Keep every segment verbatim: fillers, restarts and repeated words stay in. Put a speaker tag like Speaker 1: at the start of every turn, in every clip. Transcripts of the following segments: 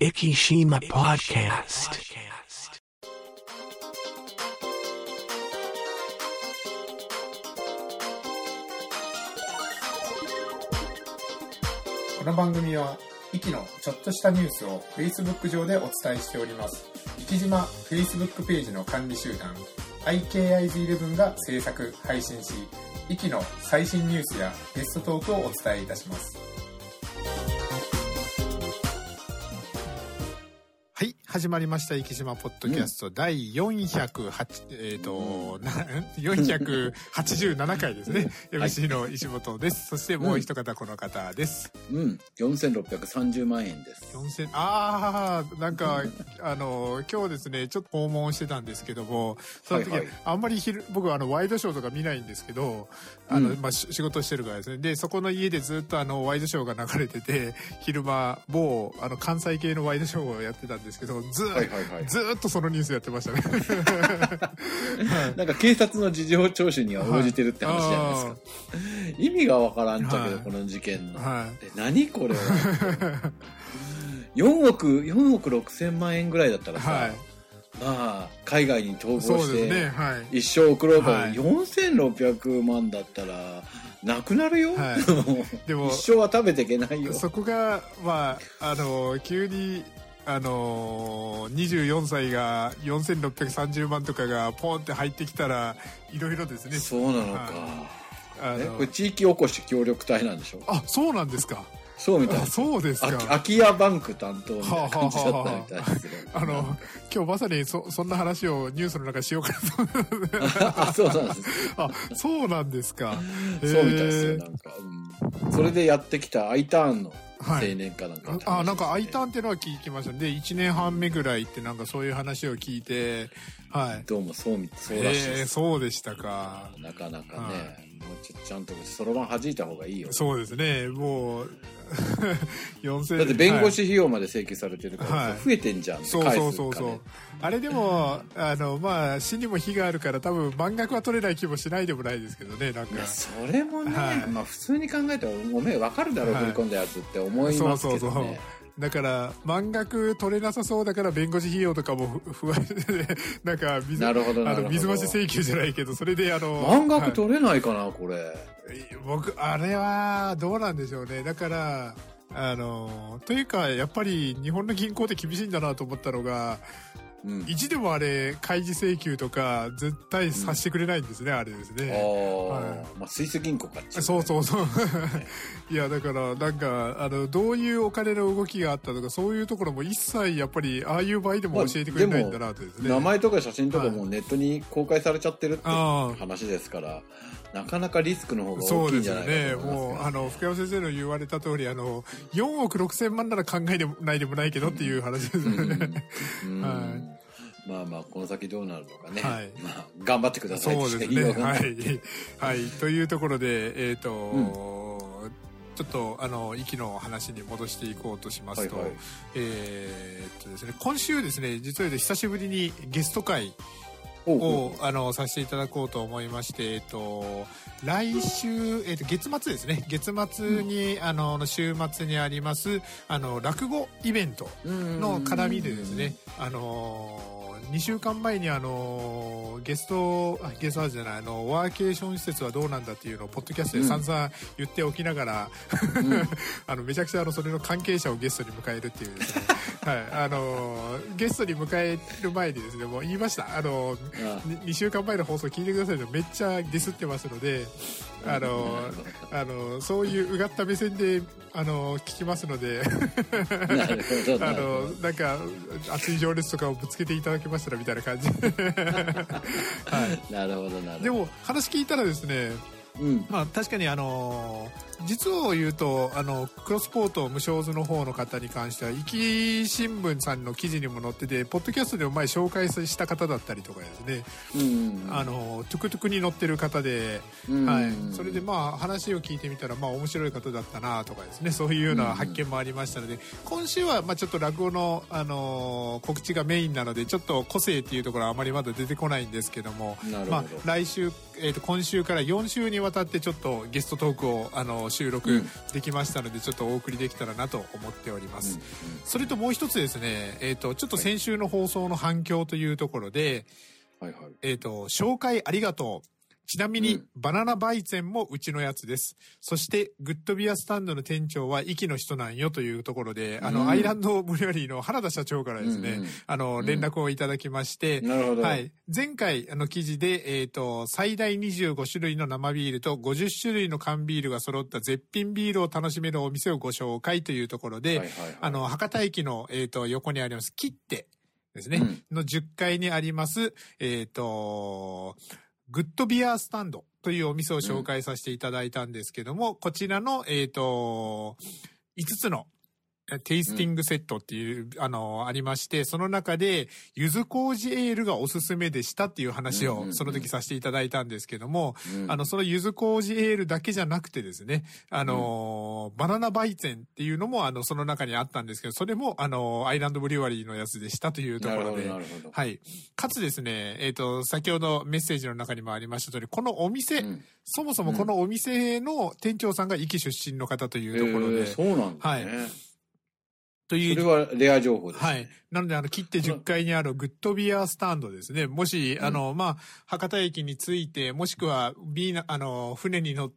Speaker 1: Ikishima Podcast。
Speaker 2: この番組はイキのちょっとしたニュースを Facebook 上でお伝えしております。イキ島 Facebook ページの管理集団 アイケーアイズイレブン が制作・配信し、イキの最新ニュースやゲストトークをお伝えいたします。
Speaker 3: はい、始まりました生島ポッドキャスト、うん、だいよんひゃくはち、えっ、ー、と、よんひゃくはちじゅうななかいですね。エムシー の石本です。そしてもう一方この方です。
Speaker 4: うん、よんせんろっぴゃくさんじゅうまんえんです。
Speaker 3: よんせん、ああ、なんかあの今日ですね、ちょっと訪問してたんですけども、その時、はいはい、あんまり昼僕はあのワイドショーとか見ないんですけど、あの、うん、まあ仕事してるからですね。で、そこの家でずっとあのワイドショーが流れてて、昼間某あの関西系のワイドショーをやってたんですけど、ずーっと、はいはいはい、ずーっとそのニュースやってましたね。
Speaker 4: なんか警察の事情聴取には応じてるって話じゃないですか。はい、意味がわからんちゃけど、はい、この事件の。はい、え、何これは。よんおく、よんおくろくせんまんえんぐらいだったらさ、はい、まあ、海外に逃亡して、ね、はい、一生送ろうから、はい、よんせんろっぴゃくまんだったら、なくなるよ、はい、でも一生は食べていけないよ。
Speaker 3: そこが、まあ、あの、急に、あのー、にじゅうよんさいがよんせんろっぴゃくさんじゅうまんとかがポンって入ってきたらいろいろですね。
Speaker 4: そうなのか。あのえこれ地域おこし協力隊なんでしょ。
Speaker 3: あ、そうなんですか。
Speaker 4: そうみたいな。
Speaker 3: そうですか。
Speaker 4: 空き家バンク担当みたいな感じだったみたいですけど。
Speaker 3: あの今日まさに そ, そんな話をニュースの中しようかなと思って。
Speaker 4: あ、そうなんです。
Speaker 3: あ、そうなんですか。
Speaker 4: そうみたいですよ。なんか、うん、それでやってきた I ターンの青年かなんか、ね、
Speaker 3: はい、あ、なんか I ターンっていうのは聞きました。で、いちねんはんめぐらいってなんかそういう話を聞いて、はい。
Speaker 4: どうもそうみそうらしいです。
Speaker 3: えー、そうでしたか。
Speaker 4: なかなかね、はい、もうちょちゃんとそろばん弾いた方がいいよ。
Speaker 3: そうですね。もうよんせん
Speaker 4: だって弁護士費用まで請求されてるから、はい、増えてんじゃんって返す、ね、
Speaker 3: そうそうそうそう。あれでもあのまあ死にも非があるから多分満額は取れない気もしないでもないですけどね。なんかいや
Speaker 4: それもね、はい、まあ普通に考えたらおめえ分かるだろう、はい、振り込んだやつって思いますけどね。そうそうそう。
Speaker 3: だから満額取れなさそうだから弁護士費用とかも不安でなんか水あの水増し請求じゃないけどそれであの
Speaker 4: 満額取れないかな、はい、これ
Speaker 3: 僕あれはどうなんでしょうね。だからあのというかやっぱり日本の銀行って厳しいんだなと思ったのが、うん、いちでもあれ開示請求とか絶対させてくれないんですね、うん、あれですね。
Speaker 4: あ、はい、まあ、スイス銀行かっちゅう、ね、
Speaker 3: そうそうそういやだからなんかあのどういうお金の動きがあったとかそういうところも一切やっぱりああいう場合でも教えてくれないんだなとですね、
Speaker 4: まあ、名前とか写真とかもネットに公開されちゃってるって話ですから、はい、なかなかリスクの方が大きいんじゃないかと思います、ね、そうですね。もうあの
Speaker 3: 福山先生の言われた通りあのよんおくろくせんまんなら考えでもないでもないけどっていう話ですね、うんうん、
Speaker 4: はい。まあまあこの先どうなるのかね、はい、まあ頑張ってください。
Speaker 3: そうですね。はい、はい、というところでえっ、ー、と、うん、ちょっとあの息の話に戻していこうとしますと、はいはい、えー、っとですね今週ですね実は久しぶりにゲスト会をあのさせていただこうと思いまして、えっと来週、えっと月末ですね月末に、うん、あの週末にありますあの落語イベントの絡みでですねあのにしゅうかんまえにあのゲストゲストハウスじゃないあのワーケーション施設はどうなんだっていうのをポッドキャストで散々言っておきながら、うん、あのめちゃくちゃあのそれの関係者をゲストに迎えるっていうですねはい、あのゲストに迎える前にですねもう言いましたあのあにしゅうかんまえの放送聞いてくださいとめっちゃディスってますのであのあのそういううがった目線であの聞きますのであのなんか熱い情熱とかをぶつけていただけましたらみたいな感じ、
Speaker 4: はい、なるほどなるほど。
Speaker 3: でも話聞いたらですねうん、まあ確かにあの実を言うとあのクロスポート無償図の方の方に関しては壱岐新聞さんの記事にも載っててポッドキャストでも前紹介した方だったりとかですね、うんうん、あのトゥクトゥクに乗ってる方で、うんうん、はい、それでまあ話を聞いてみたらまあ面白い方だったなとかですねそういうような発見もありましたので、うんうん、今週はまあちょっと落語の、あのー、告知がメインなのでちょっと個性っていうところはあまりまだ出てこないんですけども、まあ来週、えーと、今週からよん週にわたってちょっとゲストトークをあの収録できましたので、ちょっとお送りできたらなと思っております。うんうん、それともう一つですね、えっと、ちょっと先週の放送の反響というところで、はいはい、えっと、紹介ありがとう。ちなみに、うん、バナナバイゼンもうちのやつです。そして、グッドビアスタンドの店長は息の人なんよというところで、うん、あの、アイランドブリュワリーの原田社長からですね、うんうん、あの、連絡をいただきまして、うん、なるほど。はい。前回、あの、記事で、えっと、最大にじゅうごしゅるいの生ビールとごじゅっしゅるいの缶ビールが揃った絶品ビールを楽しめるお店をご紹介というところで、はいはいはい、あの、博多駅の、えっと、横にあります、切ってですね、うん、のじゅっかいにあります、えっと、グッドビアスタンドというお店を紹介させていただいたんですけども、うん、こちらの、えっと、いつつのテイスティングセットっていう、うん、あの、ありまして、その中で、柚子麹エールがおすすめでしたっていう話を、その時させていただいたんですけども、うん、あの、その柚子麹エールだけじゃなくてですね、あの、うん、バナナバイゼンっていうのも、あの、その中にあったんですけど、それも、あの、アイランドブリュワリーのやつでしたというところで、はい。かつですね、えっと、先ほどメッセージの中にもありました通り、このお店、うん、そもそもこのお店の店長さんが壱岐出身の方というところで、えー、
Speaker 4: そうなんですね。はい。
Speaker 3: という。
Speaker 4: それはレア情報です。
Speaker 3: はい。なので、あの、切ってじゅっかいにあるグッドビアスタンドですね。もし、うん、あの、まあ、博多駅に着いて、もしくは、ビーナ、あの、船に乗って、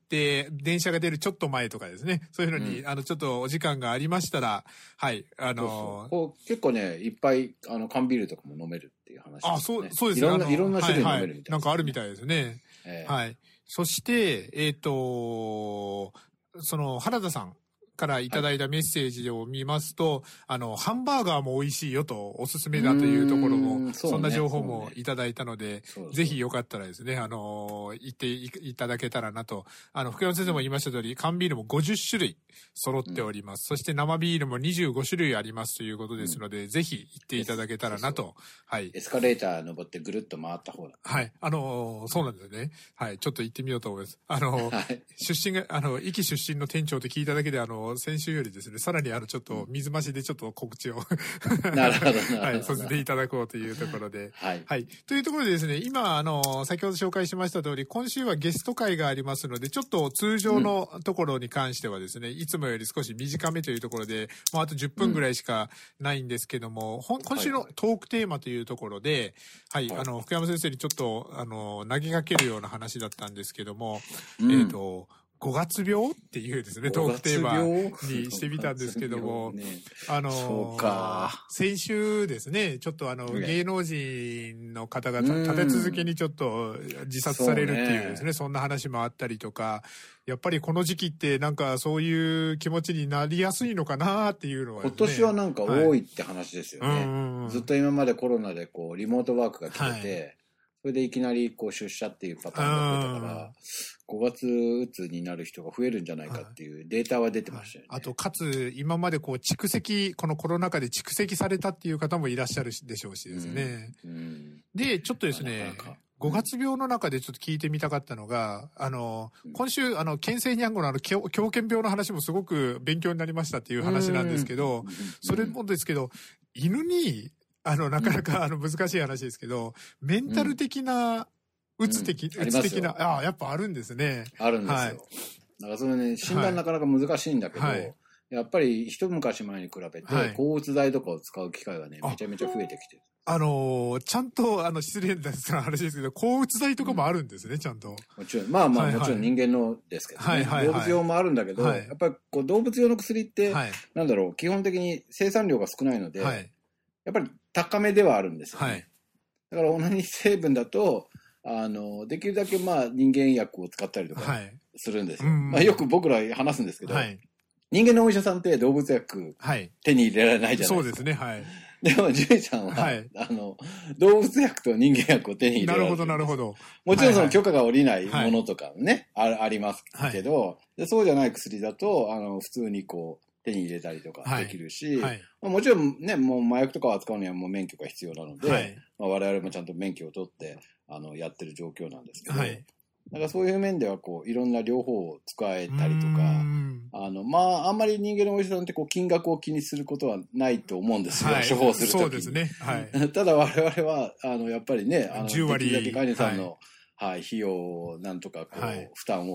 Speaker 3: 電車が出るちょっと前とかですね。そういうのに、うん、あの、ちょっとお時間がありましたら、はい、あの、そうそう
Speaker 4: こう結構ね、いっぱい、あの、缶ビールとかも飲めるっていう話ですね。
Speaker 3: あ、そう、そうですね。
Speaker 4: いろんな、いろんな種類飲めるみたいです、ね、はいはい。
Speaker 3: なんかあるみたいですね。えー、はい。そして、えっと、その、原田さん。からいただいたメッセージを見ますと、はい、あの、ハンバーガーも美味しいよと、おすすめだというところも、そ, ね、そんな情報もいただいたので、ね、ぜひよかったらですね、あの、言っていただけたらなと。あの、福山先生も言いました通り、缶ビールもごじゅっしゅるい揃っております。うん、そして生ビールもにじゅうごしゅるいありますということですので、うん、ぜひ行っていただけたらなと。そうそうはい。
Speaker 4: エスカレーター登ってぐるっと回った方だ。
Speaker 3: はい。あの、そうなんですよね。はい。ちょっと行ってみようと思います。あの、はい、出身が、あの、壱岐出身の店長って聞いただけで、あの、先週よりですね、さらにあのちょっと水増しでちょっと告知を
Speaker 4: なるほど
Speaker 3: はい、させていただこうというところで、
Speaker 4: はい、
Speaker 3: はい、というところでですね、今あの先ほど紹介しました通り、今週はゲスト会がありますので、ちょっと通常のところに関してはですね、うん、いつもより少し短めというところで、もうあとじゅっぷんぐらいしかないんですけども、うん、今週のトークテーマというところで、はい、はい、あの福山先生にちょっとあの投げかけるような話だったんですけども、うん、えっとごがつ病っていうですね、トークテーマにしてみたんですけども、ね、あの、
Speaker 4: そうか。
Speaker 3: 先週ですね、ちょっとあの、芸能人の方が立て続けにちょっと自殺されるっていうですね、そんな話もあったりとか、やっぱりこの時期ってなんかそういう気持ちになりやすいのかなっていうのは、ね、
Speaker 4: 今年はなんか多いって話ですよね。はい、ずっと今までコロナでこう、リモートワークが来てて、はいそれでいきなりこう出社っていうパターンが増えたから、ごがつうつになる人が増えるんじゃないかっていうデータは出てましたよね。
Speaker 3: あと、かつ、今までこう蓄積、このコロナ禍で蓄積されたっていう方もいらっしゃるでしょうしですね。うんうん、で、ちょっとですね、なかなかごがつ病の中でちょっと聞いてみたかったのが、あの、今週、あの、県西にゃんごのあの、狂犬病の話もすごく勉強になりましたっていう話なんですけど、それもですけど、犬に、あの、なかなか、あの、難しい話ですけど、メンタル的な、うつ的、うつ的な、ああ、やっぱあるんですね。
Speaker 4: あるんですよ。はい、だからそれね、診断なかなか難しいんだけど、はい、やっぱり一昔前に比べて、抗うつ剤とかを使う機会がね、めちゃめちゃ増えてきてる。
Speaker 3: あのー、ちゃんと、あの、失礼な話ですけど、抗うつ剤とかもあるんですね、うん、ちゃんと。
Speaker 4: もちろん、まあまあ、はいはい、もちろん人間のですけどね。はいはいはい、動物用もあるんだけど、はい、やっぱりこう動物用の薬って、はい、なんだろう、基本的に生産量が少ないので、はい、やっぱり高めではあるんですよね。はい、だから同じ成分だと、あの、できるだけまあ人間薬を使ったりとかするんですよ。はい、まあよく僕ら話すんですけど、はい、人間のお医者さんって動物薬手に入れられないじゃないですか。そうですね、はい。でも、獣医さんは、はい、あの、動物薬と人間薬を手に入れられる。なるほど、なるほど。もちろんその許可が下りないものとかね、はいはい、あ, ありますけど、はい、で、そうじゃない薬だと、あの、普通にこう、手に入れたりとかできるし、はいはいまあ、もちろんね、もう麻薬とかを扱うにはもう免許が必要なので、はいまあ、我々もちゃんと免許を取って、あの、やってる状況なんですけど、はい、だからそういう面ではこう、いろんな両方を使えたりとか、あの、まあ、あんまり人間のお医者さんってこう、金額を気にすることはないと思うんですよ、はい、処方するときに。そうですね。はい。ただ我々は、あの、やっぱりね、あの、じゅうわりできるだけ飼い主さんの、はい、はい、費用をなんとかこう、はい、負担を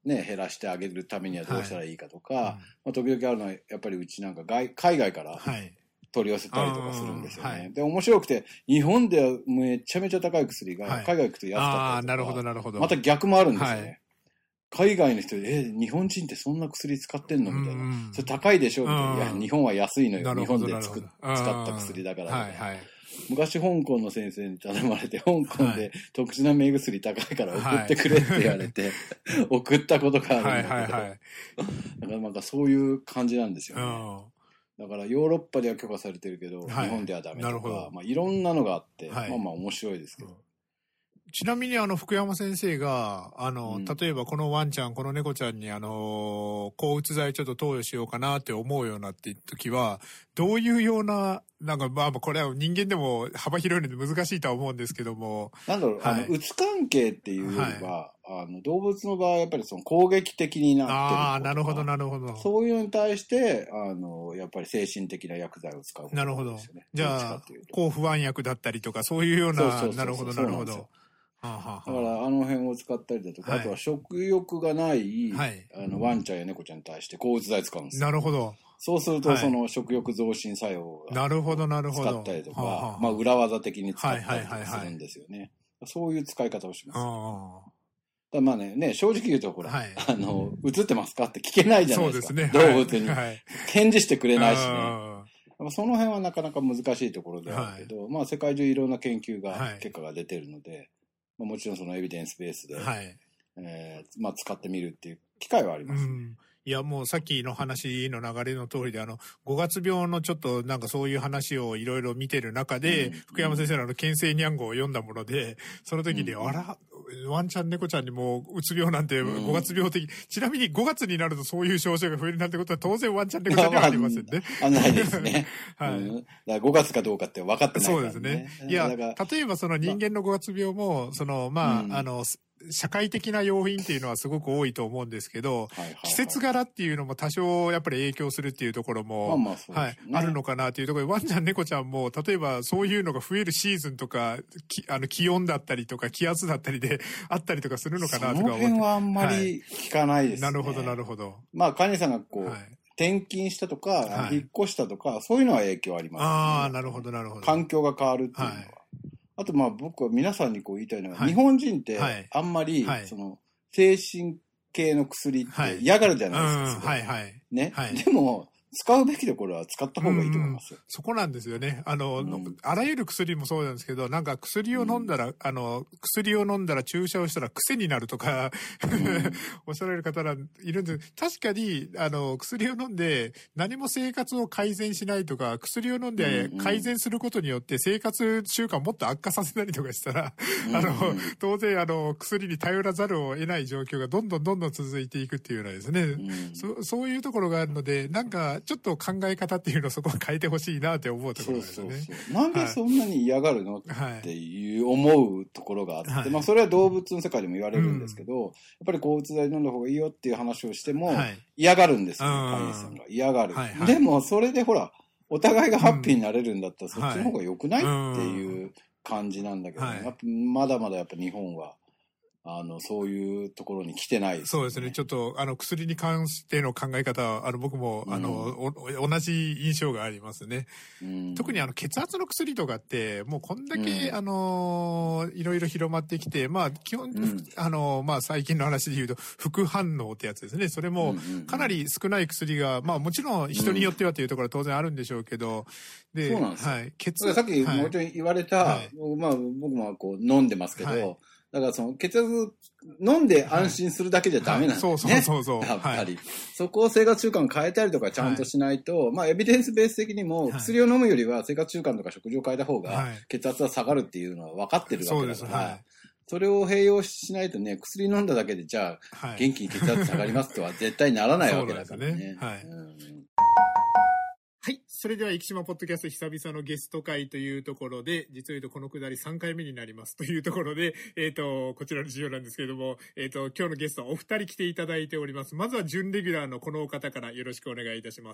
Speaker 4: ね、減らしてあげるためにはどうしたらいいかとか、はいまあ、時々あるのはやっぱりうちなんか外海外から取り寄せたりとかするんですよね、はい、で面白くて日本ではめちゃめちゃ高い薬が海外行くと安かったりとか、はい、あなるほどなるほどまた逆もあるんですよね、はい海外の人で、え、日本人ってそんな薬使ってんのみたいな。うん、それ高いでしょみたいな。いや、日本は安いのよ。日本で作っ使った薬だから。はいはい、昔、香港の先生に頼まれて、香港で特殊な目薬高いから送ってくれって言われて、はい、送ったことがあるんだけど。はいはいはい、だからなんかそういう感じなんですよね。だからヨーロッパでは許可されてるけど、はい、日本ではダメとか、まあいろんなのがあって、はい、まあまあ面白いですけど。
Speaker 3: ちなみにあの福山先生があの、うん、例えばこのワンちゃんこの猫ちゃんにあの抗うつ剤ちょっと投与しようかなって思うようなっていう時はどういうようななんかまあこれは人間でも幅広いので難しいとは思うんですけども
Speaker 4: なんだろう、はい、あのうつ関係っていうよりは、はい、あの動物の場合はやっぱりその攻撃的になってる
Speaker 3: ああなるほどなるほど
Speaker 4: そういうのに対してあのやっぱり精神的な薬剤を使うことなんですよね。
Speaker 3: なるほどじゃあ抗不安薬だったりとかそういうようななるほどなるほどだ
Speaker 4: からあの辺を使ったりだとか、はい、あとは食欲がない、はい、あのワンちゃんや猫ちゃんに対して抗うつ剤使うんですよ。
Speaker 3: なるほど。
Speaker 4: そうするとその食欲増進作用が使ったりとか、まあ裏技的に使ったりとかするんですよね。そういう使い方をします。だまあねね正直言うとほら、はい、あの映ってますかって聞けないじゃないですか。そうですね、動物に、はい、返事してくれないしね。その辺はなかなか難しいところであるけど、はい、まあ世界中いろんな研究が、はい、結果が出てるので。もちろんそのエビデンスベースで、はいえーまあ、使ってみるっていう機会はあります、ねうん、
Speaker 3: いやもうさっきの話の流れの通りであのごがつ病のちょっとなんかそういう話をいろいろ見てる中で、うん、福山先生のあの牽制ニャンゴを読んだものでその時に、うん、あらワンちゃん猫ちゃんにもうつ病なんてごがつ病的、うん、ちなみにごがつになるとそういう症状が増えるなんてことは当然ワンちゃん猫ちゃんにはありませんね。
Speaker 4: あないですね。はい、うん。だからごがつかどうかって分かってないからね。
Speaker 3: そうですね。いや例えばその人間のごがつ病もそのまあ、うん、あの社会的な要因っていうのはすごく多いと思うんですけど、はいはいはい、季節柄っていうのも多少やっぱり影響するっていうところも、まあまあそうですね、はい、あるのかなっていうところでワンちゃん猫ちゃんも例えばそういうのが増えるシーズンとかきあの気温だったりとか気圧だったりであったりとかするのかなとか思って。
Speaker 4: その辺はあんまり聞かないですね。
Speaker 3: はい、なるほどなるほど。
Speaker 4: まあカニさんがこう、はい、転勤したとか、はい、引っ越したとかそういうのは影響あります、ね。
Speaker 3: ああなるほどなるほど。
Speaker 4: 環境が変わるっていうのは。はいあとまあ僕は皆さんにこう言いたいのは、はい、日本人ってあんまりその精神系の薬って嫌がるじゃないですか。はいうんはいはい、ね、はい、でも使うべきところは使った方がいいと思いますよ。
Speaker 3: そこなんですよね。あの、うん、あらゆる薬もそうなんですけど、なんか薬を飲んだら、うん、あの、薬を飲んだら注射をしたら癖になるとか、うん、おっしゃられる方がいるんです。確かに、あの、薬を飲んで何も生活を改善しないとか、薬を飲んで改善することによって生活習慣をもっと悪化させたりとかしたら、うん、あの、当然、あの、薬に頼らざるを得ない状況がどんどんどんどん続いていくっていうのはですね、うん、そ, そういうところがあるので、なんか、ちょっと考え方っていうのをそこは変えてほしいなって思うところですね。そうそうそう。なん
Speaker 4: でそんなに嫌がるの、はい、っていう思うところがあって、はい、まあそれは動物の世界でも言われるんですけど、うん、やっぱり抗うつ剤飲んだ方がいいよっていう話をしても、はい、嫌がるんですよ、飼い主さんが。嫌がる、はいはい。でもそれでほら、お互いがハッピーになれるんだったら、そっちの方が良くない、はい、っていう感じなんだけど、ね、やっぱまだまだやっぱ日本は、あの、そういうところに来てないですね。
Speaker 3: そうですね。ちょっと、あの、薬に関しての考え方は、あの、僕も、あの、うん、同じ印象がありますね。うん、特に、あの、血圧の薬とかって、もうこんだけ、うん、あの、いろいろ広まってきて、まあ、基本、うん、あの、まあ、最近の話で言うと、副反応ってやつですね。それも、かなり少ない薬が、まあ、もちろん人によってはというところは当然あるんでしょうけど、
Speaker 4: で、そうなんですよ。はい。血圧。さっきもうちょい言われた、はい、まあ、僕もこう、飲んでますけど、はいだからその血圧飲んで安心するだけじゃダメなんですね。はい、そうそうそうそう。やっぱり、はい。そこを生活習慣を変えたりとかちゃんとしないと、はい、まあエビデンスベース的にも薬を飲むよりは生活習慣とか食事を変えた方が血圧は下がるっていうのは分かってるわけだから、はい、それを併用しないとね、薬飲んだだけでじゃあ、はい、元気に血圧下がりますとは絶対ならないわけだからね。ねはい。うん
Speaker 3: はい。それでは、生島ポッドキャスト久々のゲスト会というところで、実を言うとこのくだりさんかいめになりますというところで、えっ、ー、と、こちらの事情なんですけれども、えっ、ー、と、今日のゲストはお二人来ていただいております。まずは準レギュラーのこのお方からよろしくお願いいたします。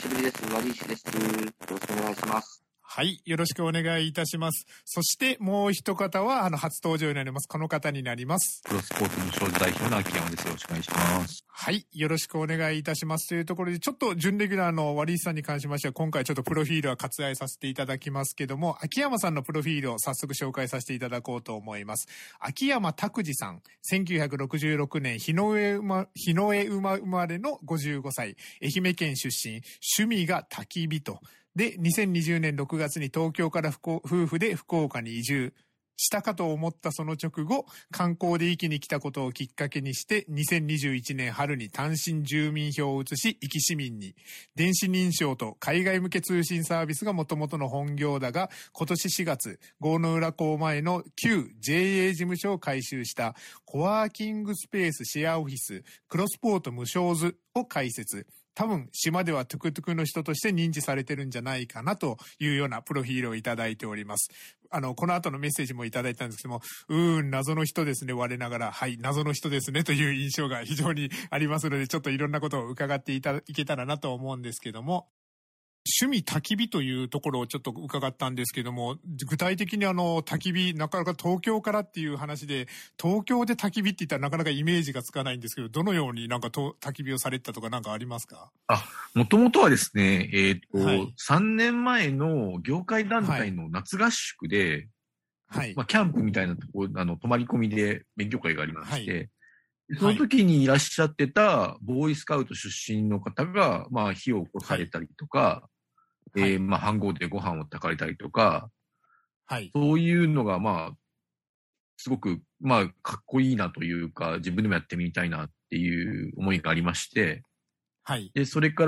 Speaker 5: こんにちは。お久しぶりです。ワリーシです。よろしくお願いします。
Speaker 3: はい。よろしくお願いいたします。そしてもう一方は、あの、初登場になります。この方になります。
Speaker 5: プロスポーツ無償代表の秋山です。よろしくお願いします。
Speaker 3: はい。よろしくお願いいたします。というところで、ちょっと準レギュラーの割石さんに関しましては、今回ちょっとプロフィールは割愛させていただきますけども、秋山さんのプロフィールを早速紹介させていただこうと思います。秋山拓司さん、せんきゅうひゃくろくじゅうろくねん、日の上馬、日の上馬生まれのごじゅうごさい、愛媛県出身、趣味が焚き火と。で、にせんにじゅうねんろくがつに東京から夫婦で福岡に移住したかと思ったその直後、観光で壱岐に来たことをきっかけにして、にせんにじゅういちねん春に単身住民票を移し、壱岐市民に、電子認証と海外向け通信サービスが元々の本業だが、今年しがつ、郷の浦港前の旧 ジェイエー 事務所を改修したコワーキングスペースシェアオフィス、クロスポート無償図を開設。多分島ではトゥクトゥクの人として認知されてるんじゃないかなというようなプロフィールをいただいております。あのこの後のメッセージもいただいたんですけども、うーん謎の人ですね、我ながらはい謎の人ですねという印象が非常にありますので、ちょっといろんなことを伺っていただけたらなと思うんですけども、趣味焚き火というところをちょっと伺ったんですけども、具体的にあの焚き火、なかなか東京からっていう話で、東京で焚き火って言ったらなかなかイメージがつかないんですけど、どのようになんかと焚き火をされてたとかなんかありますか？
Speaker 5: あ、もともとはですね、えっと、
Speaker 3: はい、
Speaker 5: さんねんまえの業界団体の夏合宿で、はい、まあ、キャンプみたいなところ、あの、泊まり込みで勉強会がありまして、はい、その時にいらっしゃってたボーイスカウト出身の方が、まあ、火を起こされたりとか、はい、えー、まあ、飯盒でご飯を炊かれたりとか、はい。そういうのが、まあ、すごく、まあ、かっこいいなというか、自分でもやってみたいなっていう思いがありまして、はい。で、それから、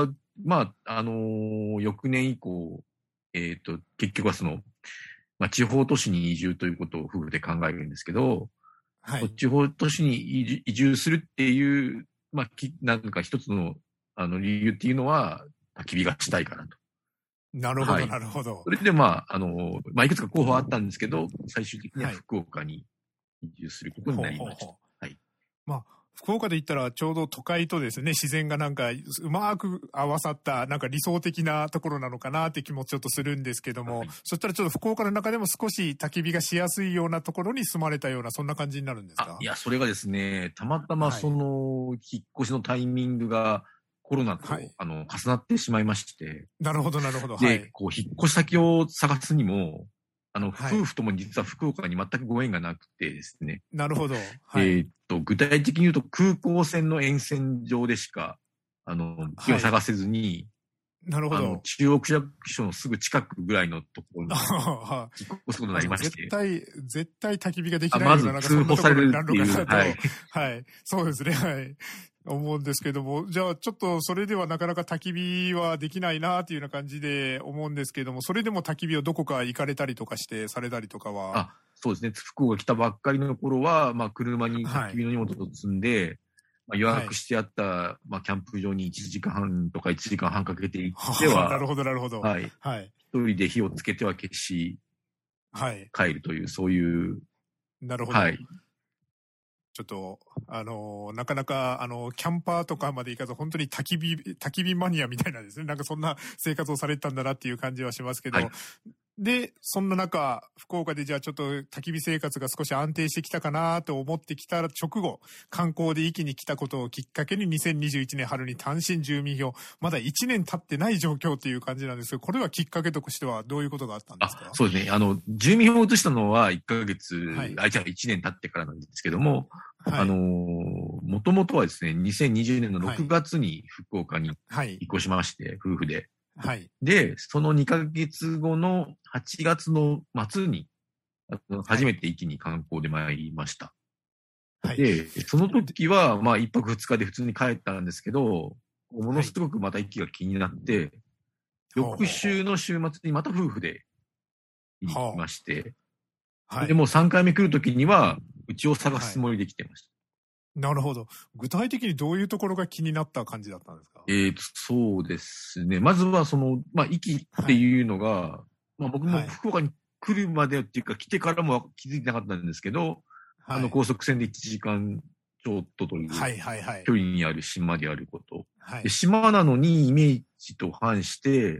Speaker 5: まあ、あのー、翌年以降、えっと、結局はその、まあ、地方都市に移住ということを夫婦で考えるんですけど、はい。地方都市に移住するっていう、まあ、きなんか一つの、あの、理由っていうのは、焚き火がしたいからと。
Speaker 3: なるほど、はい、なるほど。
Speaker 5: それで、まあ、あの、まあ、いくつか候補あったんですけど、最終的には福岡に移住することになりました。はい。ほうほうほう、はい。
Speaker 3: まあ、福岡で言ったらちょうど都会とですね、自然がなんかうまく合わさったなんか理想的なところなのかなって気もちょっとするんですけども、はい、そしたらちょっと福岡の中でも少し焚き火がしやすいようなところに住まれたような、そんな感じになるんですか？
Speaker 5: いや、それがですね、たまたまその、はい、引っ越しのタイミングがコロナと、はい、あの、重なってしまいまして。
Speaker 3: なるほど、なるほど。
Speaker 5: で、はい、こう、引っ越し先を探すにも、あの、はい、夫婦とも実は福岡に全くご縁がなくてですね。
Speaker 3: なるほど。はい、
Speaker 5: えー、っと、具体的に言うと空港線の沿線上でしか、あの、木を探せずに、
Speaker 3: はい、なるほど。あの、
Speaker 5: 中央区役所のすぐ近くぐらいのところに、引っ越すことになりまして。
Speaker 3: 絶対、絶対焚き火ができない
Speaker 5: ような、まず通報されるっていう。
Speaker 3: はい。はい。そうですね。はい。思うんですけども、じゃあちょっとそれではなかなか焚き火はできないなっていうような感じで思うんですけども、それでも焚き火をどこか行かれたりとかしてされたりとかは？
Speaker 5: あ、そうですね。福岡来たばっかりの頃は、まあ車に焚き火の荷物を積んで、はい、まあ、予約してあった、はい、まあキャンプ場にいちじかんはんとかいちじかんはんかけて行っては、
Speaker 3: なるほどなるほど。
Speaker 5: はい。はい。一人で火をつけては消し、はい。帰るという、そういう。
Speaker 3: なるほど。
Speaker 5: はい。
Speaker 3: ちょっと、あのー、なかなか、あのー、キャンパーとかまで行かず、本当に焚き火、焚き火マニアみたいなですね、なんかそんな生活をされてたんだなっていう感じはしますけど、はい、で、そんな中、福岡でじゃあちょっと焚き火生活が少し安定してきたかなと思ってきた直後、観光で壱岐に来たことをきっかけににせんにじゅういちねん春に単身住民票、まだいちねん経ってない状況っていう感じなんですけど、これはきっかけとしてはどういうことがあったんですか？
Speaker 5: あ、そうですね。あの、住民票を移したのはいっかげつ、はい、あ、じゃあいちねん経ってからなんですけども、はい、あのー、もともとはですね、にせんにじゅうねんのろくがつに福岡に引っ越しまして、はい、夫婦で。はい。で、そのにかげつごのはちがつの末に、初めて壱岐に観光で参りました。はい。で、その時は、まあ、一泊二日で普通に帰ったんですけど、ものすごくまた壱岐が気になって、はい、翌週の週末にまた夫婦で行きまして、はい。で、もうさんかいめ来る時には、うちを探すつもりで来てました。
Speaker 3: はい、なるほど。具体的にどういうところが気になった感じだったんですか？
Speaker 5: えーと、そうですね。まずはその、まあ、壱岐っていうのが、はい、まあ僕も福岡に来るまでっていうか、来てからも気づいてなかったんですけど、はい、あの高速船でいちじかんちょっとという距離にある島であること。はいはいはい、で島なのにイメージと反して、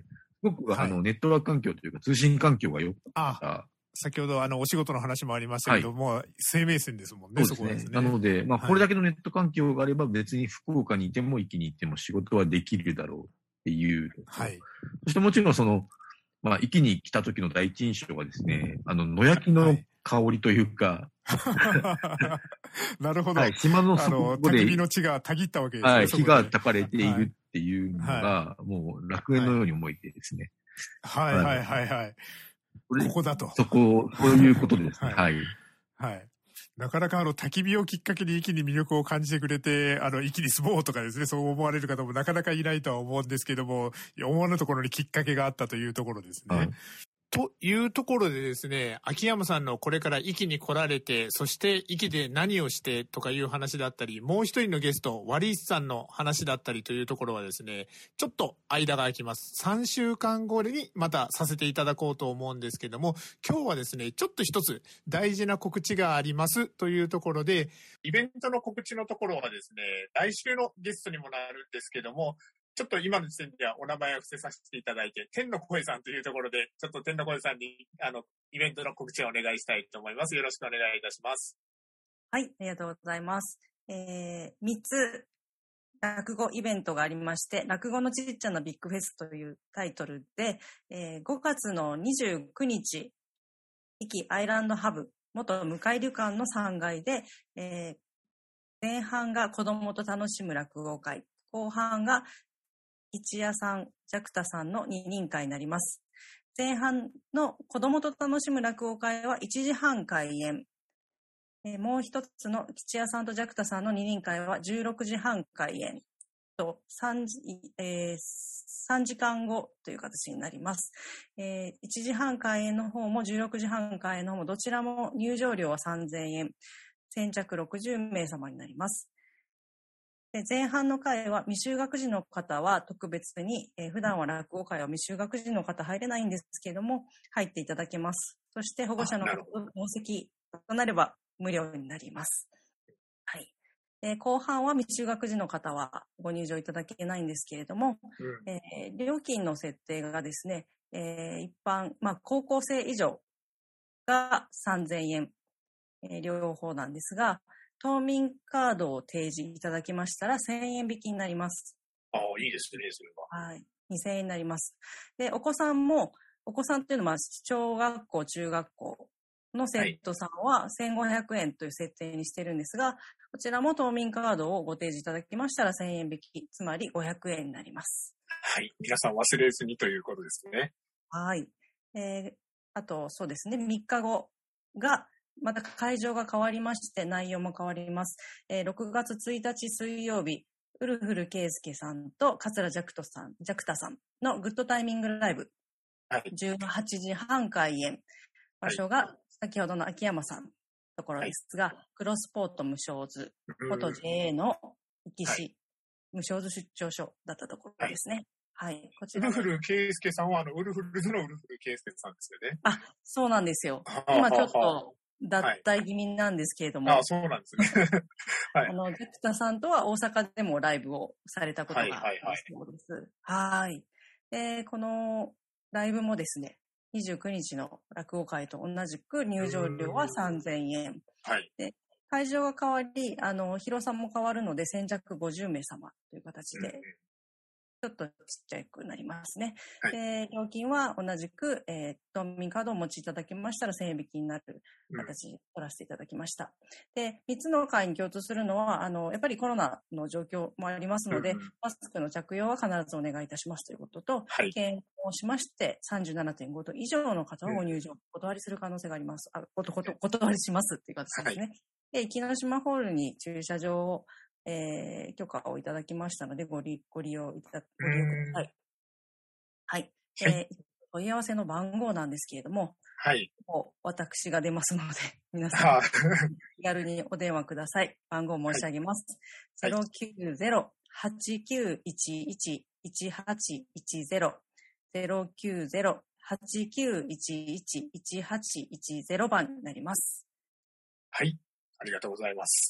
Speaker 5: ごく、はい、あの、ネットワーク環境というか通信環境が良かった。
Speaker 3: 先ほどあのお仕事の話もありましたけども、はい、生命線ですもんね、
Speaker 5: そうですね。そこですね。なので、まあ、これだけのネット環境があれば、別に福岡にいても、壱岐に行っても仕事はできるだろうっていう。
Speaker 3: はい。
Speaker 5: そしてもちろんその、まあ、壱岐に来た時の第一印象がですね、あの、野焼きの香りというか、
Speaker 3: はい、なるほど。
Speaker 5: はい、島の底で、
Speaker 3: 焚き火の血がたぎったわけですね。
Speaker 5: はい、火が焚かれているっていうのが、はい、もう楽園のように思えてですね。
Speaker 3: はいはいはいはい。ここだと。
Speaker 5: そこ、そういうことですね。はい。
Speaker 3: はい。なかなかあの、焚き火をきっかけに壱岐に魅力を感じてくれて、あの、壱岐に住もうとかですね、そう思われる方もなかなかいないとは思うんですけども、思わぬところにきっかけがあったというところですね。はい、というところでですね、秋山さんのこれから壱岐に来られて、そして壱岐で何をしてとかいう話だったり、もう一人のゲスト、ワリースさんの話だったりというところはですね、ちょっと間が空きます。さんしゅうかんごにまたさせていただこうと思うんですけども、今日はですね、ちょっと一つ大事な告知がありますというところで、イベントの告知のところはですね、来週のゲストにもなるんですけども、ちょっと今の時点ではお名前を伏せさせていただいて、天の声さんというところで、ちょっと天の声さんに、あの、イベントの告知をお願いしたいと思います。よろしくお願いいたします。
Speaker 6: はい、ありがとうございます。えー、みっつ、落語イベントがありまして、落語のちっちゃなビッグフェスというタイトルで、えー、ごがつのにじゅうくにち、壱岐アイランドハブ、元向井旅館のさんがいで、えー、前半が子供と楽しむ落語会、後半が一夜さん、ジャクタさんの二人会になります。前半の子供と楽しむ落語会はいちじはん開演。えー、もう一つの吉谷さんとジャクタさんの二人会はじゅうろくじはん開演と 3, えー、さんじかんごという形になります。えー、いちじはん開演の方もじゅうろくじはん開演の方もどちらも入場料はさんぜんえん。先着ろくじゅうめいさまになります。で前半の会は未就学児の方は特別に、えー、普段は落語会は未就学児の方入れないんですけれども入っていただけます。そして保護者の方と同席となれば無料になります。はい。で後半は未就学児の方はご入場いただけないんですけれども、うんえー、料金の設定がですね、えー、一般、まあ、高校生以上がさんぜんえん、えー、両方なんですが、島民カードを提示いただきましたらせんえん引きになります。
Speaker 3: ああ、いいですね、それ
Speaker 6: は。はい。にせんえんになります。で、お子さんも、お子さんっていうのは小学校、中学校の生徒さんはせんごひゃくえんという設定にしてるんですが、はい、こちらも島民カードをご提示いただきましたらせんえん引き、つまりごひゃくえんになります。
Speaker 3: はい。皆さん忘れずにということですね。
Speaker 6: はい。えー、あと、そうですね、みっかごが、また会場が変わりまして内容も変わります。えー、ろくがつついたち水曜日、ウルフル圭介さんと桂ジャクトさん、ジャクタさんのグッドタイミングライブ。はい、じゅうはちじはん開演。場所が先ほどの秋山さんのところですが、はい、クロスポート無償図、元 ジェーエー の壱岐市、はい、無償図出張所だったところですね。はい。はい、こちら。
Speaker 3: ウルフル圭介さんはあのウルフルズのウルフル圭介さんですよね。
Speaker 6: あ、そうなんですよ。今ちょっと、脱退気味なんですけれども。
Speaker 3: はい、あ、そうなんですね。
Speaker 6: はい。あの、ジャクタさんとは大阪でもライブをされたことがあるそうです。はい。で、このライブもですね、にじゅうくにちの落語会と同じく入場料はさんぜんえん。はい。で、会場が変わり、あの、広さも変わるので先着ごじゅうめいさまという形で、ちょっとちっちゃくなりますね。はい、で料金は同じく、えー、島民カードをお持ちいただきましたらせんえん引きになる形に取らせていただきました。うん、で、みっつの会に共通するのは、あの、やっぱりコロナの状況もありますので、うん、マスクの着用は必ずお願いいたしますということと、はい、検討しまして、さんじゅうななてんごど以上の方はご入場、うん、お断りする可能性があります。あ、おと、お断りしますっていう形ですね。はい、で、壱岐島島ホールに駐車場をえー、許可をいただきましたので、ご利、ご利用いただ、ご利用ください。はい。はい、えー、問い合わせの番号なんですけれども、はい。もう私が出ますので、皆さん、気軽にお電話ください。番号申し上げます。はい、ゼロきゅうゼロ はちきゅういちいち いちはちいちゼロ ゼロきゅうゼロ はちきゅういちいち いちはちいちゼロ 番になります。
Speaker 3: はい。ありがとうございます。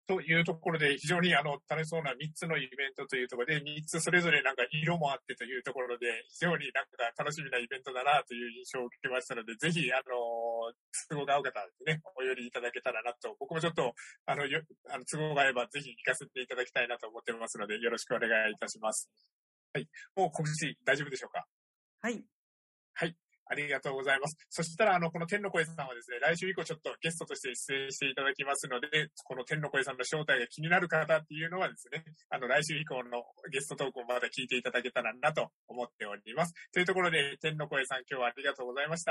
Speaker 2: というところで、非常にあの楽しそうなみっつのイベントというところで、みっつそれぞれなんか色もあってというところで、非常になんか楽しみなイベントだなという印象を受けましたので、ぜひ、あの、都合が合う方はですね、お寄りいただけたらなと、僕もちょっと、あの、よあの都合が合えばぜひ行かせていただきたいなと思ってますので、よろしくお願いいたします。はい。もう告知大丈夫でしょうか？
Speaker 6: はい。
Speaker 2: はい。ありがとうございます。そしたら、あの、この天の声さんはですね、来週以降ちょっとゲストとして出演していただきますので、この天の声さんの正体が気になる方っていうのはですね、あの、来週以降のゲストトークをまた聞いていただけたらなと思っております。というところで、天の声さん今日はありがとうございました。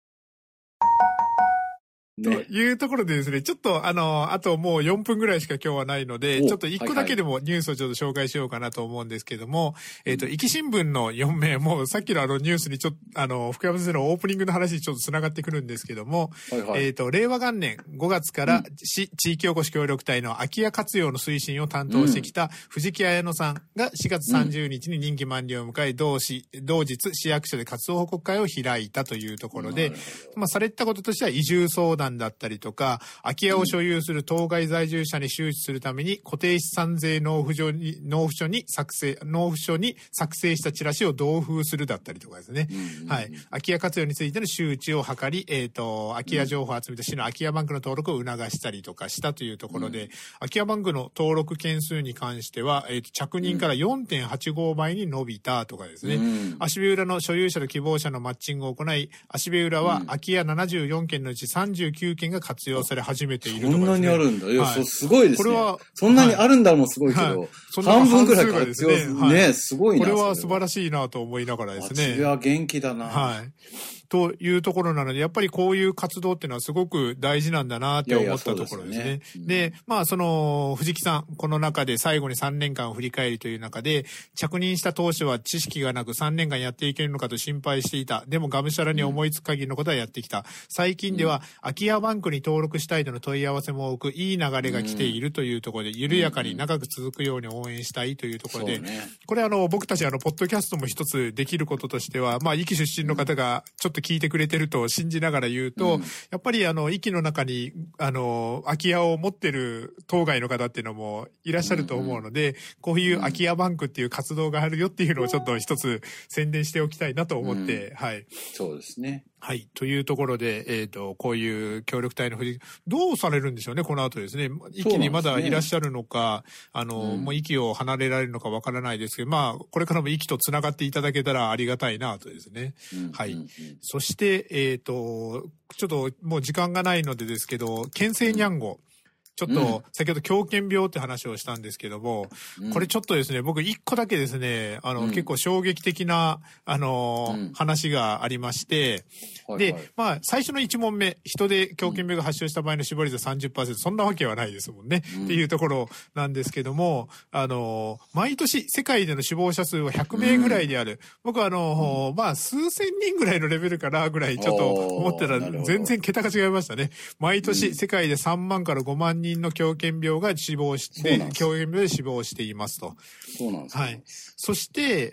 Speaker 3: というところでですね、ちょっとあの、あともうよんぷんぐらいしか今日はないので、ちょっといっこだけでもニュースをちょっと紹介しようかなと思うんですけども、えっと、壱岐新聞のよんめい、もうさっきのあのニュースにちょっと、あの、福山先生のオープニングの話にちょっと繋がってくるんですけども、はいはい、えっと、令和元年ごがつから市、地域おこし協力隊の空き家活用の推進を担当してきた藤木彩乃さんがしがつさんじゅうにちに任期満了を迎え、同市、同日市役所で活動報告会を開いたというところで、まあ、されたこととしては移住相談だったりとか、空き家を所有する当該在住者に周知するために固定資産税納付書に納付書に作成納付書に作成したチラシを同封するだったりとかですね、うんうん、はい、空き家活用についての周知を図り、えっと空き家情報を集めた市の空き家バンクの登録を促したりとかしたというところで、うん、空き家バンクの登録件数に関しては、えー、と着任から よんてんはちご 倍に伸びたとかですね、うん、芦部浦の所有者と希望者のマッチングを行い、芦部浦は空き家ななじゅうよんけんのうちさんじゅうきゅうけんが活用され始めているとかですね。
Speaker 4: そんなにあるんだ。いや、はい、すごいですね。
Speaker 3: これは、
Speaker 4: そんなにあるんだもすごいけど、はいはい、半分くらい活用するね、はい、すごいな。
Speaker 3: これは素晴らしいなと思いながらですね。
Speaker 4: いや、元気だな。
Speaker 3: はい。というところなので、やっぱりこういう活動っていうのはすごく大事なんだなって思ったところですね。いやいやそうですね。で、まあその、藤木さん、この中で最後にさんねんかんを振り返りという中で、着任した当初は知識がなくさんねんかんやっていけるのかと心配していた。でもがむしゃらに思いつく限りのことはやってきた。うん、最近では、空き家バンクに登録したいとの問い合わせも多く、いい流れが来ているというところで、緩やかに長く続くように応援したいというところで、うんね、これあの、僕たちあの、ポッドキャストも一つできることとしては、まあ、壱岐出身の方がちょっと聞いてくれてると、信じながら言うと、うん、やっぱりあの、壱岐の中に、あの、空き家を持ってる当該の方っていうのもいらっしゃると思うので、うんうん、こういう空き家バンクっていう活動があるよっていうのをちょっと一つ宣伝しておきたいなと思って、うん、はい。
Speaker 4: そうですね。
Speaker 3: はい。というところで、えっと、こういう協力隊の藤木、どうされるんでしょうね、この後ですね。壱岐にまだいらっしゃるのか、ね、あの、うん、もう壱岐を離れられるのかわからないですけど、まあ、これからも壱岐と繋がっていただけたらありがたいなとですね。うん、はい。うんうん、そして、えっと、ちょっともう時間がないのでですけど、県政にゃんご。うんちょっと、先ほど狂犬病って話をしたんですけども、うん、これちょっとですね、僕一個だけですね、あの、うん、結構衝撃的な、あの、うん、話がありまして、はいはい、で、まあ、最初のいち問目、人で狂犬病が発症した場合の死亡率は さんじゅっパーセント、そんなわけはないですもんね、うん、っていうところなんですけども、あの、毎年世界での死亡者数はひゃくめいぐらいである。うん、僕はあの、うん、まあ、数千人ぐらいのレベルかなぐらいちょっと思ってたら、全然桁が違いましたね。毎年世界でさんまんからごまんにんの狂犬病が死亡して、狂犬病で死亡していますと。
Speaker 4: そうなんです
Speaker 3: ね。はい。そして、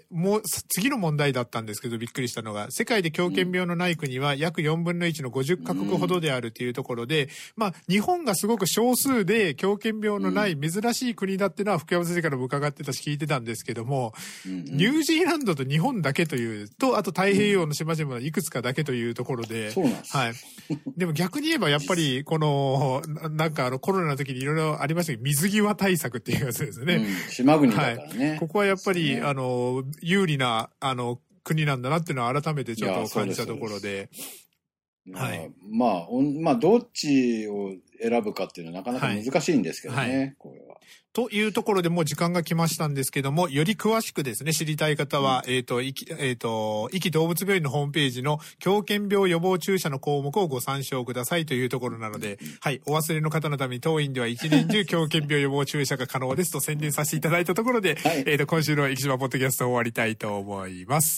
Speaker 3: もう、次の問題だったんですけど、びっくりしたのが、世界で狂犬病のない国は約よんぶんのいちのごじゅっかこくほどであるというところで、うん、まあ、日本がすごく少数で狂犬病のない珍しい国だっていうのは福山先生からも伺ってたし聞いてたんですけども、うん、ニュージーランドと日本だけという、と、あと太平洋の島々のいくつかだけというところで、
Speaker 4: そうなんです。
Speaker 3: はい。でも逆に言えばやっぱり、この、なんかあのコロナの時にいろいろありましたけど、水際対策っていうやつですね。うん、
Speaker 4: 島国だからね。
Speaker 3: はい。ここはやっぱり、ね、あの、有利な、あの、国なんだなっていうのは改めてちょっと感じたところで。
Speaker 4: はい。まあ、まあ、どっちを選ぶかっていうのはなかなか難しいんですけどね、はいはい、これは。
Speaker 3: というところでもう時間が来ましたんですけども、より詳しくですね、知りたい方は、うん、えっ、ー、と、いき、えっ、ー、と、壱岐動物病院のホームページの狂犬病予防注射の項目をご参照くださいというところなので、うん、はい、お忘れの方のために当院では一年中狂犬病予防注射が可能ですと宣伝させていただいたところで、はい、えっ、ー、と、今週の壱岐島ポッドキャストを終わりたいと思います。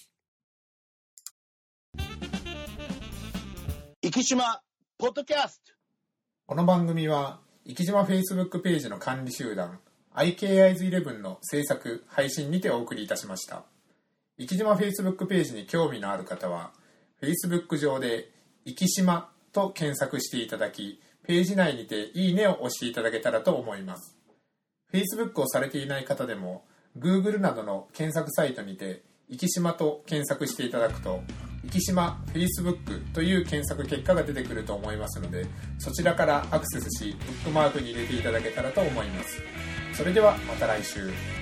Speaker 1: 壱岐島ポッドキャスト。
Speaker 2: この番組は壱岐島 Facebook ページの管理集団 アイケーアイズイレブン の制作配信にてお送りいたしました。壱岐島 Facebook ページに興味のある方は Facebook 上で壱岐島と検索していただき、 ページ内にていいねを押していただけたらと思います。Facebook をされていない方でも Google などの検索サイトにていきしまと検索していただくと、いきしま Facebook という検索結果が出てくると思いますので、そちらからアクセスしブックマークに入れていただけたらと思います。それではまた来週。